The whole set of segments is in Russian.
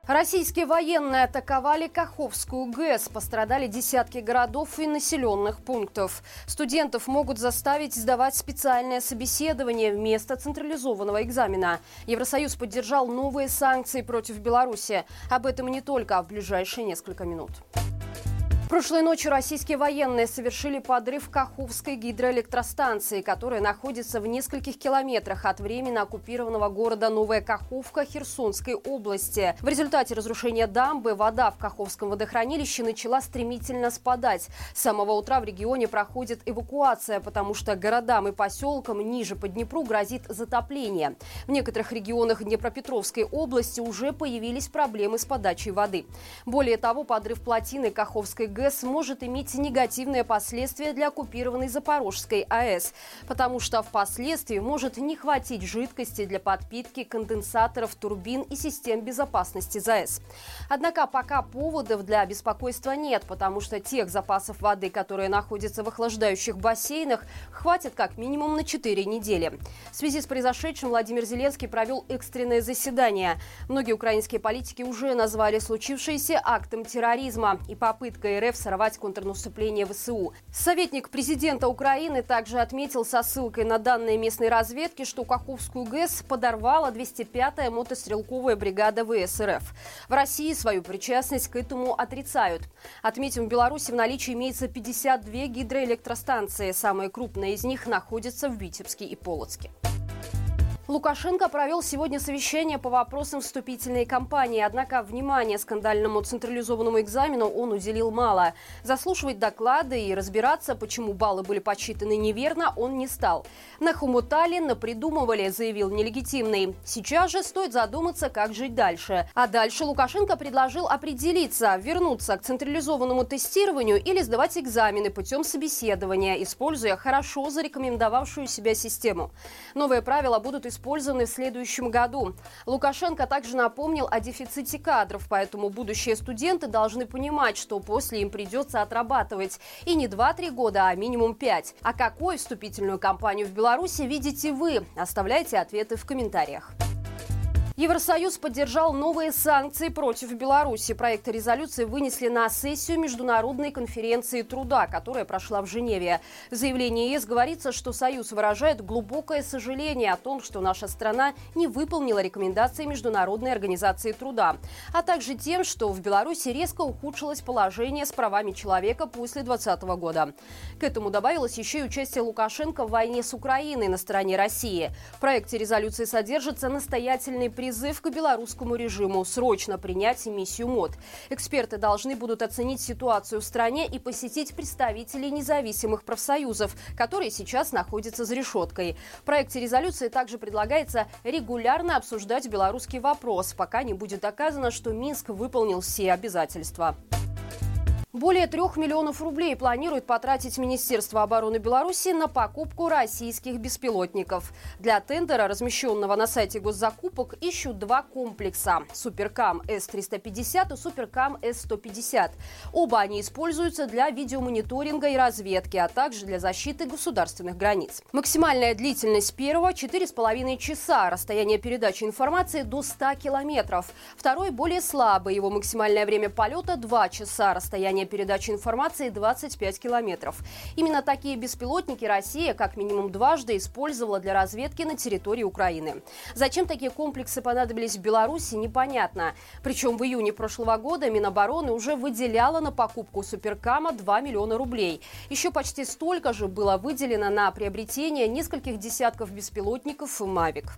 Российские военные атаковали Каховскую ГЭС. Пострадали десятки городов и населенных пунктов. Студентов могут заставить сдавать специальное собеседование вместо централизованного экзамена. Евросоюз поддержал новые санкции против Беларуси. Об этом и не только, а в ближайшие несколько минут. Прошлой ночью российские военные совершили подрыв Каховской гидроэлектростанции, которая находится в нескольких километрах от временно оккупированного города Новая Каховка Херсонской области. В результате разрушения дамбы вода в Каховском водохранилище начала стремительно спадать. С самого утра в регионе проходит эвакуация, потому что городам и поселкам ниже по Днепру грозит затопление. В некоторых регионах Днепропетровской области уже появились проблемы с подачей воды. Более того, подрыв плотины Каховской ГЭС может иметь негативные последствия для оккупированной Запорожской АЭС, потому что впоследствии может не хватить жидкости для подпитки конденсаторов, турбин и систем безопасности ЗАЭС. Однако пока поводов для беспокойства нет, потому что тех запасов воды, которые находятся в охлаждающих бассейнах, хватит как минимум на 4 недели. В связи с произошедшим Владимир Зеленский провел экстренное заседание. Многие украинские политики уже назвали случившееся актом терроризма и попыткой РФ сорвать контрнаступление ВСУ. Советник президента Украины также отметил со ссылкой на данные местной разведки, что Каховскую ГЭС подорвала 205-я мотострелковая бригада ВС РФ. В России свою причастность к этому отрицают. Отметим, в Беларуси в наличии имеется 52 гидроэлектростанции. Самые крупные из них находятся в Витебске и Полоцке. Лукашенко провел сегодня совещание по вопросам вступительной кампании. Однако внимания скандальному централизованному экзамену он уделил мало. Заслушивать доклады и разбираться, почему баллы были подсчитаны неверно, он не стал. Нахомутали, напридумывали, заявил нелегитимный. Сейчас же стоит задуматься, как жить дальше. А дальше Лукашенко предложил определиться, вернуться к централизованному тестированию или сдавать экзамены путем собеседования, используя хорошо зарекомендовавшую себя систему. Новые правила будут использованы в следующем году. Лукашенко также напомнил о дефиците кадров, поэтому будущие студенты должны понимать, что после им придется отрабатывать и не 2-3 года, а минимум 5. А какую вступительную кампанию в Беларуси видите вы? Оставляйте ответы в комментариях. Евросоюз поддержал новые санкции против Беларуси. Проект резолюции вынесли на сессию Международной конференции труда, которая прошла в Женеве. В заявлении ЕС говорится, что Союз выражает глубокое сожаление о том, что наша страна не выполнила рекомендации Международной организации труда, а также тем, что в Беларуси резко ухудшилось положение с правами человека после 2020 года. К этому добавилось еще и участие Лукашенко в войне с Украиной на стороне России. В проекте резолюции содержится настоятельный призыв к белорусскому режиму срочно принять миссию МОД. Эксперты должны будут оценить ситуацию в стране и посетить представителей независимых профсоюзов, которые сейчас находятся за решеткой. В проекте резолюции также предлагается регулярно обсуждать белорусский вопрос, пока не будет доказано, что Минск выполнил все обязательства. Более 3 миллионов рублей планирует потратить Министерство обороны Беларуси на покупку российских беспилотников. Для тендера, размещенного на сайте госзакупок, ищут 2 комплекса – Суперкам С-350 и Суперкам С-150. Оба они используются для видеомониторинга и разведки, а также для защиты государственных границ. Максимальная длительность первого – 4,5 часа, расстояние передачи информации до 100 километров. Второй более слабый, его максимальное время полета – 2 часа, расстояние передачи информации 25 километров. Именно такие беспилотники Россия как минимум дважды использовала для разведки на территории Украины. Зачем такие комплексы понадобились в Беларуси, непонятно. Причем в июне прошлого года Минобороны уже выделяла на покупку Суперкама 2 миллиона рублей. Еще почти столько же было выделено на приобретение нескольких десятков беспилотников «Мавик».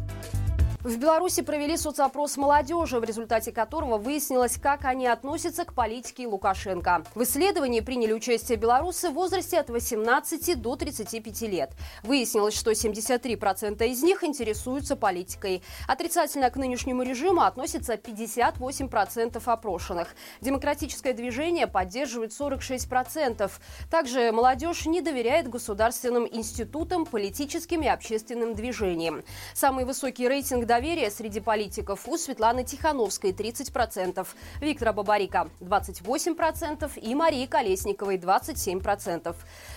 В Беларуси провели соцопрос молодежи, в результате которого выяснилось, как они относятся к политике Лукашенко. В исследовании приняли участие белорусы в возрасте от 18 до 35 лет. Выяснилось, что 73% из них интересуются политикой. Отрицательно к нынешнему режиму относятся 58% опрошенных. Демократическое движение поддерживает 46%. Также молодежь не доверяет государственным институтам, политическим и общественным движениям. Самый высокий рейтинг доверия среди политиков у Светланы Тихановской 30%, Виктора Бабарика 28% и Марии Колесниковой 27%.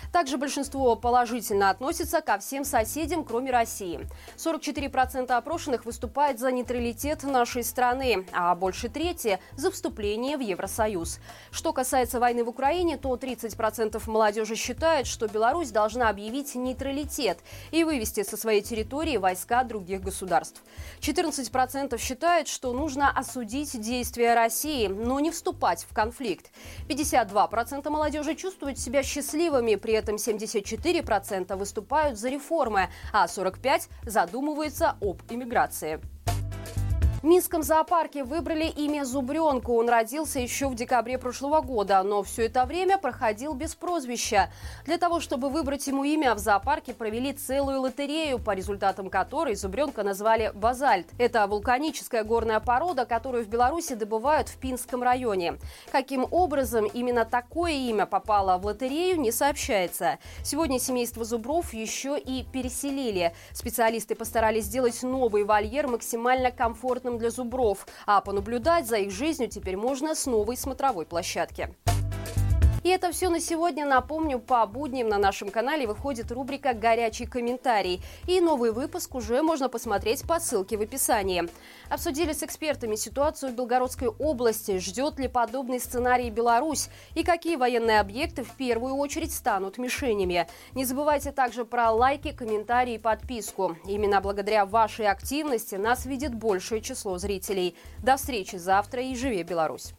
Также большинство положительно относится ко всем соседям, кроме России. 44% опрошенных выступает за нейтралитет нашей страны, а больше трети – за вступление в Евросоюз. Что касается войны в Украине, то 30% молодежи считает, что Беларусь должна объявить нейтралитет и вывести со своей территории войска других государств. 14% считают, что нужно осудить действия России, но не вступать в конфликт. 52% молодежи чувствуют себя счастливыми, при этом 74% выступают за реформы, а 45% задумываются об иммиграции. В Минском зоопарке выбрали имя Зубренку. Он родился еще в декабре прошлого года, но все это время проходил без прозвища. Для того, чтобы выбрать ему имя, в зоопарке провели целую лотерею, по результатам которой Зубренка назвали «Базальт». Это вулканическая горная порода, которую в Беларуси добывают в Пинском районе. Каким образом именно такое имя попало в лотерею, не сообщается. Сегодня семейство зубров еще и переселили. Специалисты постарались сделать новый вольер максимально комфортным для зубров, а понаблюдать за их жизнью теперь можно с новой смотровой площадки. И это все на сегодня. Напомню, по будням на нашем канале выходит рубрика «Горячий комментарий». И новый выпуск уже можно посмотреть по ссылке в описании. Обсудили с экспертами ситуацию в Белгородской области. Ждет ли подобный сценарий Беларусь? И какие военные объекты в первую очередь станут мишенями? Не забывайте также про лайки, комментарии и подписку. Именно благодаря вашей активности нас видит большее число зрителей. До встречи завтра и живи Беларусь!